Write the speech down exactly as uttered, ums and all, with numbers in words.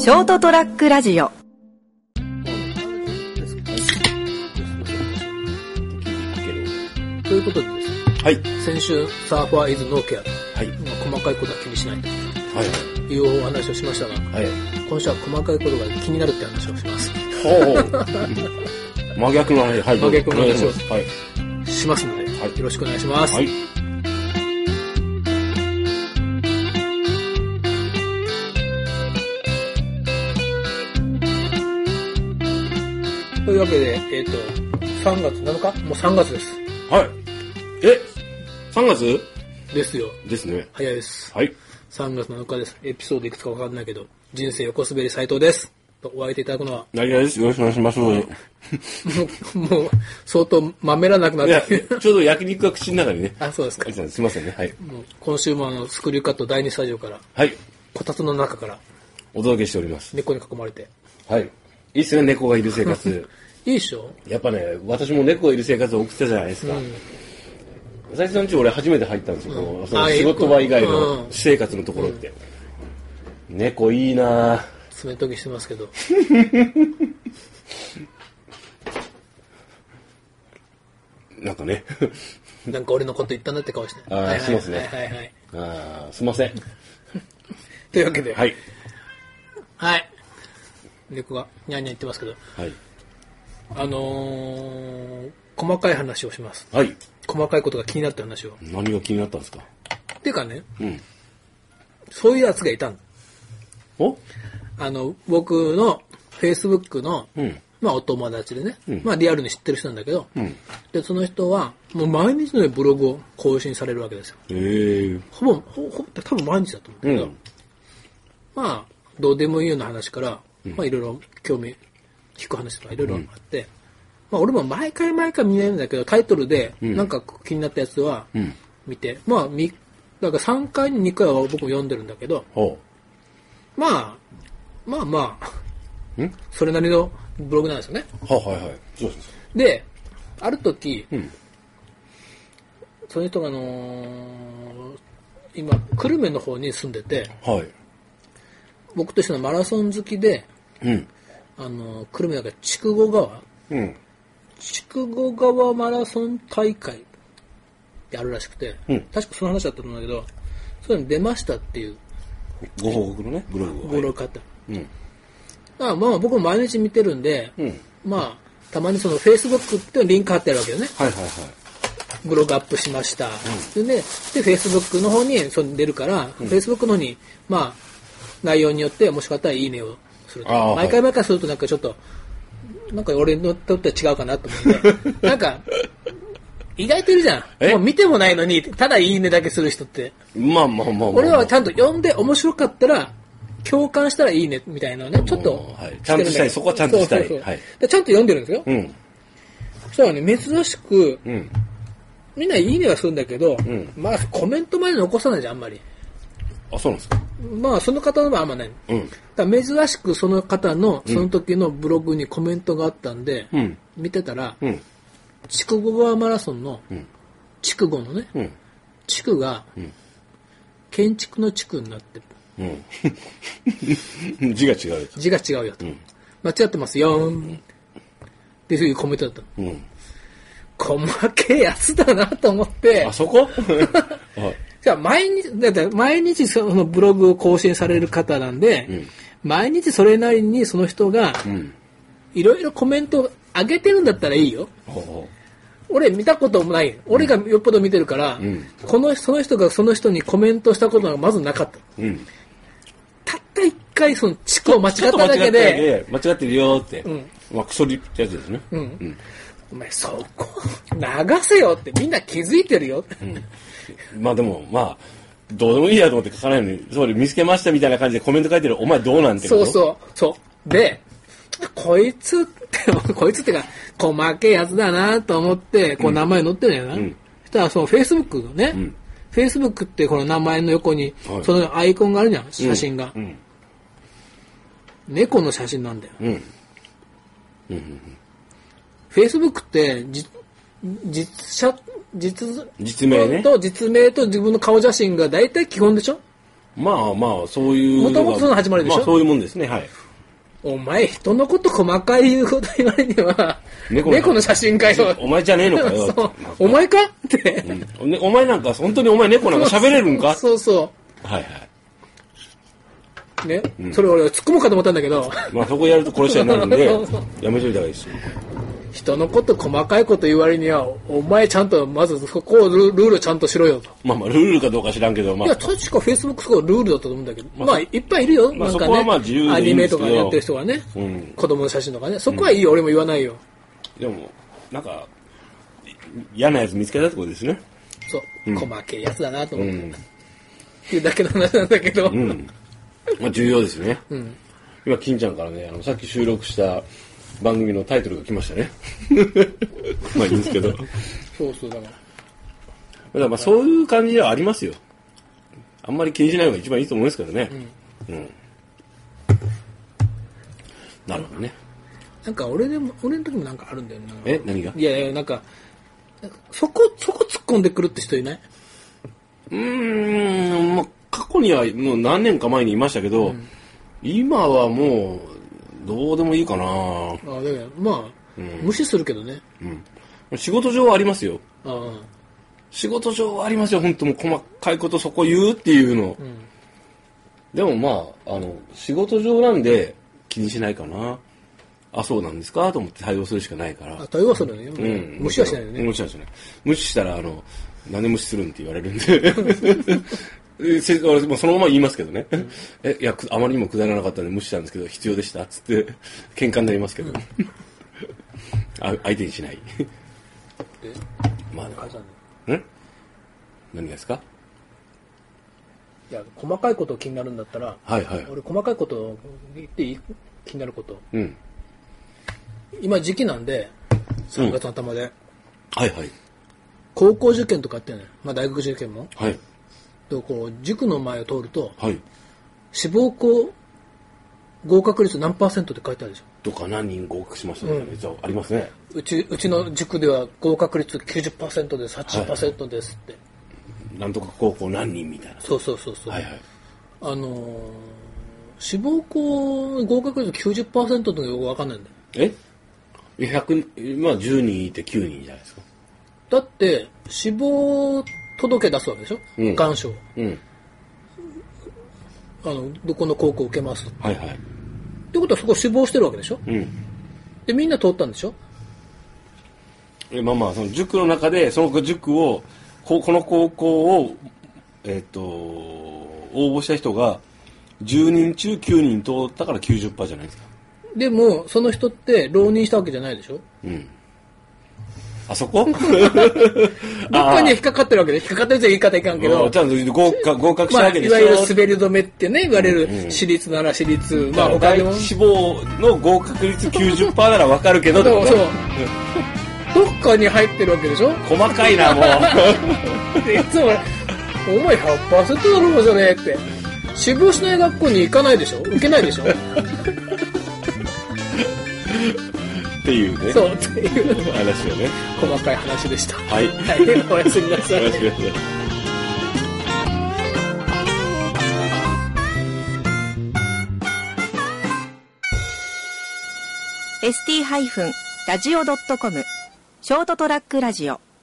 ショートトラックラジオ。 ということでですね、はい、先週サーファーイズノーケア、はい、細かいことは気にしないと、はい、いうお話をしましたが、はい、今週は細かいことが気になるって話をします。 真逆の話、はい、 真逆の話を、はい、しますので、はい、よろしくお願いします。はい、というわけで、えっ、ー、と、さんがつなのか？もうさんがつです。 はい。え ?さんがつ？ ですよ。 ですね。 早いです。 はい。 さんがつなのかです。エピソードいくつかわかんないけど、人生横滑り斉藤です。とお会いいただくのは。 なりやです。よろしくお願いします。もう、 もう、相当まめらなくなって。 いや、ちょうど焼肉が口の中にね。 あ、そうですか。 すいませんね。はい。 もう今週もあの、スクリューカットだいにスタジオから。 はい。 こたつの中から。 お届けしております。 猫に囲まれて。 はい。いいっすね、猫がいる生活。 いいでしょ？ やっぱね、私も猫がいる生活を送ってたじゃないですか。うん、最初のうち俺初めて入ったんですよ。うん、その仕事場以外の私生活のところって。うん、猫いいなぁ。 爪研ぎしてますけど。 なんかね。 なんか俺のこと言ったなって顔して。 ああ、はいはい、しますね。 はいはいはい。 ああ、すいません。 というわけで。 はい。 はい。猫がニャンニャン言ってますけど。 はい。 あのー、細かい話をします。 はい。 細かいことが気になった話を。 何が気になったんですか？ っていうかね。 うん。 そういうやつがいたんだ。 お？ あの、僕の Facebook の、うん、まあお友達でね、うん、まあリアルに知ってる人なんだけど、うん、で、その人は、もう毎日のようにブログを更新されるわけですよ。 へー。 ほぼ、ほぼ、多分毎日だと思うんだけど、うん、まあ、どうでもいいような話から、うん、まあいろいろ興味聞く話とかいろいろあって、うん、まあ俺も毎回毎回見ないんだけど、タイトルでなんか気になったやつは見て、うん、まあ、み、だからさんかいににかいは僕も読んでるんだけど、まあ、まあまあ、んそれなりのブログなんですよね。 ははいはい。そうです。 で、ある時、うん、その人があのー、今、久留米の方に住んでて、 はい、 僕としてのマラソン好きで、うん、あのー、久留米だから筑後川、うん、筑後川マラソン大会ってあるらしくて、うん、確かその話だったと思うんだけど、それに出ましたっていう。 ご報告のね、ブログを。 ブログ買った。うん。だからまあ僕も毎日見てるんで、うん、まあ、たまにその Facebook ってリンク貼ってあるわけよね。 はいはいはい。 ブログアップしました。うん、でね、で、Facebook の方にそれ出るから、うん、Facebook の方に、まあ、内容によってもしかしたらいいねをすると。毎回毎回するとなんかちょっと、なんか俺にとっては違うかなと思うんで、なんか、意外といるじゃん。もう見てもないのに、ただいいねだけする人って。 まあまあまあまあ、まあ。 俺はちゃんと読んで面白かったら、共感したらいいねみたいなのね、ちょっと、 はい。ちゃんとしたい、そこはちゃんとしたい。そうそうそう、はい。 でちゃんと読んでるんですよ。うん。そしたらね、珍しく、うん、みんないいねはするんだけど、うん、まあコメントまで残さないじゃん、あんまり。 あ、そうなんですか。 まあその方のはあんまない。うん。だから珍しくその方の、その時のブログにコメントがあったんで、うん、見てたら、うん、筑後川マラソンの、うん筑後のね、うん、地区が、うん、建築の地区になってる。 うん、字が違うよと。 字が違うよと。うん、間違ってますよーん。っていうコメントだったの。うん、細けえやつだなと思って。 あそこじゃあ毎日、だって毎日そのブログを更新される方なんで、うん、毎日それなりにその人が、いろいろコメントを上げてるんだったらいいよ。うん俺見たこともない。俺がよっぽど見てるから、うん、このその人がその人にコメントしたことがまずなかった。うん、たった一回その地区を間違っただけで、 間違ってるよって、うん、まあクソリってやつですね。うん。うん、 お前そこ流せよってみんな気づいてるよ。 うん、まあでもまあどうでもいいやと思って書かないのに、それ見つけましたみたいな感じでコメント書いてるお前どうなんてこと。そうそうそうで。こいつって、こいつってか、細けえやつだなと思って、こう名前載ってるんやな。うん、そしたらその Facebook のね、うん、Facebook ってこの名前の横に、はい、そのアイコンがあるじゃん、写真が。うんうん、猫の写真なんだよ。うんうんうん、Facebook ってじ、実写、実、 実名ね。 と実名と自分の顔写真が大体基本でしょ？ まあまあ、そういう。 もともとその始まりでしょ。 まあそういうもんですね、はい。 お前、人のこと細かい言うこと言われには、猫 の, 猫の写真かよ。 お前じゃねえのかよ。 そうお前かって、 うんね。お前なんか、本当にお前猫なんか喋れるんかそうそう。 はいはい。 ね、うん、それ俺突っ込むかと思ったんだけど。 まあそこやると殺しちゃになるんで、やめといた方がいいですよ。 人のこと細かいこと言われには、お前ちゃんと、まずそこをルールちゃんとしろよと。 まあまあ、ルールかどうか知らんけど、まあ。 いや、確か Facebook すごいルールだったと思うんだけど。まあ、まあ、いっぱいいるよ。 まあ、 なんかね。 そこはまあ自由でいいんですけど。アニメとかやってる人がね。うん、子供の写真とかね。そこはいいよ、うん、俺も言わないよ。 でも、なんか、嫌なやつ見つけたってことですね。 そう。うん、細けえやつだなと思って。うん、っていうだけの話なんだけど。うん。 まあ、重要ですね。うん。今、金ちゃんからね、あの、さっき収録した、番組のタイトルが来ましたね。まあいいんですけど。 そうそうだから。だからまあそういう感じではありますよ。あんまり気にしない方が一番いいと思いますけどね。うん。うん、なるほどね。 なんか俺でも俺の時もなんかあるんだよね。 え、何が？ いやいやなんかそこそこ突っ込んでくるって人いない？ うーん、まあ過去にはもう何年か前にいましたけど、うん、今はもう。どうでもいいかなあ。 あだけどまあ、うん、無視するけどね。 うん。仕事上はありますよ。 ああ仕事上はありますよ。本当もう細かいことそこ言うっていうの。うん、でもまああの仕事上なんで気にしないかな。あそうなんですかと思って対応するしかないから。 あ対応はするね。うん。無視はしないよね。 無視はしない。無視したらあのなんで無視するんって言われるんで。せ俺もそのまま言いますけどね、うん、えいやあまりにもくだらなかったんで無視したんですけど必要でしたっつって喧嘩になりますけど、うん、あ相手にしないまあねん何がですかいや細かいこと気になるんだったら、 はいはい、 俺細かいこと言っていい気になること、 うん、 今時期なんでさんがつの頭で、うん、 はいはい高校受験とかあってね、まあ、大学受験もはいとこう塾の前を通ると、 はい、 志望校合格率何パーセントって書いてあるでしょ。 とか何人合格しましたみたいなやつありますね。 うちうちの塾では合格率きゅうじゅっパーセントです、はちじゅっパーセントですって。はい、 なんとか高校何人みたいな。 そうそうそうそう。 はいはい。 あのー、志望校合格率きゅうじゅっパーセントってよくわかんないんだよ。 え？ひゃくまあじゅうにんいてきゅうにんじゃないですか。 だって志望届け出すわけでしょ、うん、願書、 うん、 あのどこの高校受けますと、 はいはい、 ってことはそこ志望してるわけでしょ、 うん、 でみんな通ったんでしょ。 えまあまあその塾の中でその塾をここの高校をえっ、ー、と応募した人がじゅうにん中きゅうにん通ったから きゅうじゅっパーセント じゃないですか。 でもその人って浪人したわけじゃないでしょ。 うん。あそこどっかに引っかかってるわけで、引っかかってるじゃ言い方いかんけど、 ちゃんと合格、合格したわけでしょ、 まあ、いわゆる滑り止めってね、言われる私立なら私立、うん、まあ他でも。 志望の合格率 きゅうじゅっパーセント ならわかるけど、 そうそう。どっかに入ってるわけでしょ。 細かいな、もう。いつも、お前 ひゃくパーセント だろうじゃねえって。志望しない学校に行かないでしょ、受けないでしょ。 っていうね。 そう、っていう話よね。 細かい話でした。 はい。 はい、おやすみなさい。 おやすみなさい。 エスティー ラジオ ドットコム ショートトラックラジオ